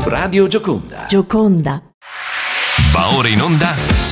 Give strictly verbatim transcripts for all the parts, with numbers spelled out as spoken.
Radio Gioconda. Gioconda. Va ora in onda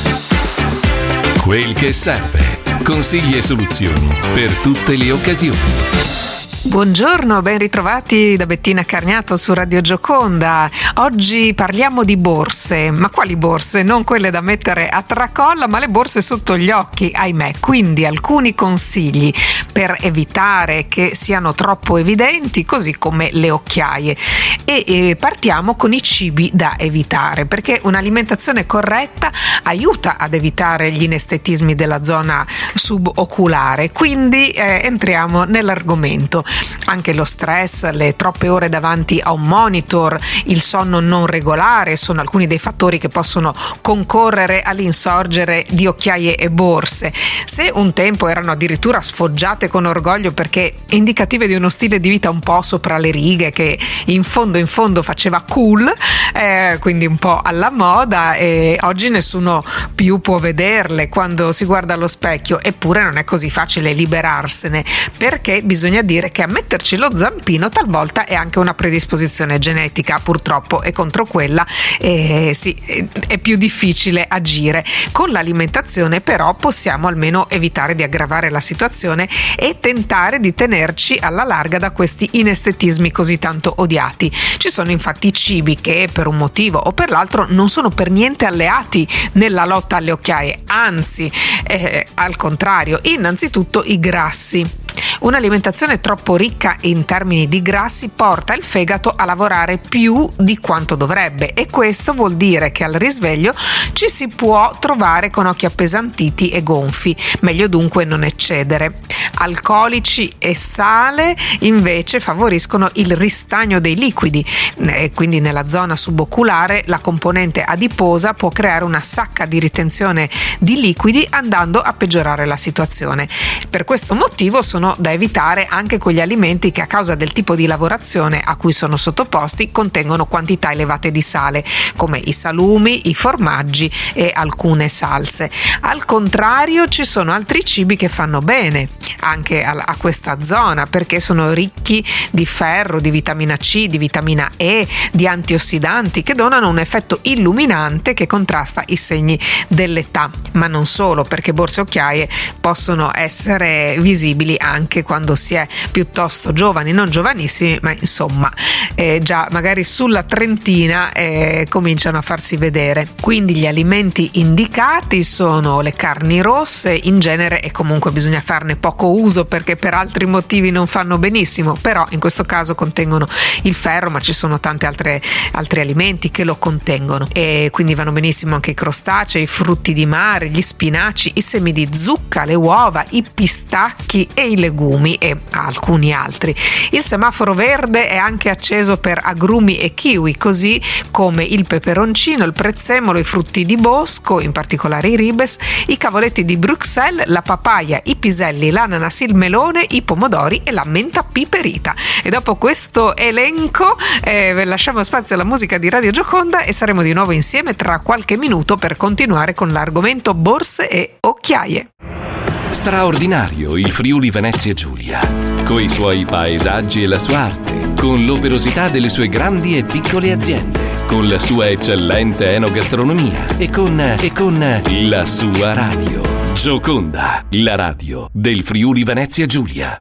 Quel che serve. Consigli e soluzioni per tutte le occasioni. Buongiorno, ben ritrovati da Bettina Carniato su Radio Gioconda. Oggi parliamo di borse, ma quali borse? Non quelle da mettere a tracolla, ma le borse sotto gli occhi, ahimè. Quindi alcuni consigli per evitare che siano troppo evidenti, così come le occhiaie. E, e partiamo con i cibi da evitare, perché un'alimentazione corretta aiuta ad evitare gli inestetismi della zona suboculare. Quindi eh, entriamo nell'argomento. Anche lo stress, le troppe ore davanti a un monitor, il sonno non regolare sono alcuni dei fattori che possono concorrere all'insorgere di occhiaie e borse. Se un tempo erano addirittura sfoggiate con orgoglio perché indicative di uno stile di vita un po' sopra le righe, che in fondo in fondo faceva cool, eh, quindi un po' alla moda, e oggi nessuno più può vederle quando si guarda allo specchio. Eppure non è così facile liberarsene, perché bisogna dire che a metterci lo zampino talvolta è anche una predisposizione genetica, purtroppo, e contro quella eh, sì, è più difficile agire. Con l'alimentazione però possiamo almeno evitare di aggravare la situazione e tentare di tenerci alla larga da questi inestetismi così tanto odiati. Ci sono infatti cibi che per un motivo o per l'altro non sono per niente alleati nella lotta alle occhiaie, anzi eh, al contrario. Innanzitutto i grassi. Un'alimentazione troppo ricca in termini di grassi porta il fegato a lavorare più di quanto dovrebbe, e questo vuol dire che al risveglio ci si può trovare con occhi appesantiti e gonfi. Meglio dunque non eccedere. Alcolici e sale invece favoriscono il ristagno dei liquidi, e quindi nella zona suboculare la componente adiposa può creare una sacca di ritenzione di liquidi, andando a peggiorare la situazione. Per questo motivo sono da evitare anche quegli alimenti che, a causa del tipo di lavorazione a cui sono sottoposti, contengono quantità elevate di sale, come i salumi, i formaggi e alcune salse. Al contrario, ci sono altri cibi che fanno bene anche a, a questa zona, perché sono ricchi di ferro, di vitamina C, di vitamina E, di antiossidanti, che donano un effetto illuminante che contrasta i segni dell'età. Ma non solo, perché borse e occhiaie possono essere visibili anche quando si è piuttosto giovani, non giovanissimi, ma insomma eh, già magari sulla trentina eh, cominciano a farsi vedere. Quindi gli alimenti indicati sono le carni rosse in genere, e comunque bisogna farne poco uso perché per altri motivi non fanno benissimo, però in questo caso contengono il ferro, ma ci sono tanti altre, altri alimenti che lo contengono, e quindi vanno benissimo anche i crostacei, i frutti di mare, gli spinaci, i semi di zucca, le uova, i pistacchi e i legumi, e alcuni altri. Il semaforo verde è anche acceso per agrumi e kiwi, così come il peperoncino, il prezzemolo, i frutti di bosco, in particolare i ribes, i cavoletti di Bruxelles, la papaya, i piselli, l'ananas, il melone, i pomodori e la menta piperita. E dopo questo elenco eh, lasciamo spazio alla musica di Radio Gioconda e saremo di nuovo insieme tra qualche minuto per continuare con l'argomento borse e occhiaie. Straordinario il Friuli Venezia Giulia, coi suoi paesaggi e la sua arte, con l'operosità delle sue grandi e piccole aziende, con la sua eccellente enogastronomia e con, e con la sua radio. Gioconda, la radio del Friuli Venezia Giulia.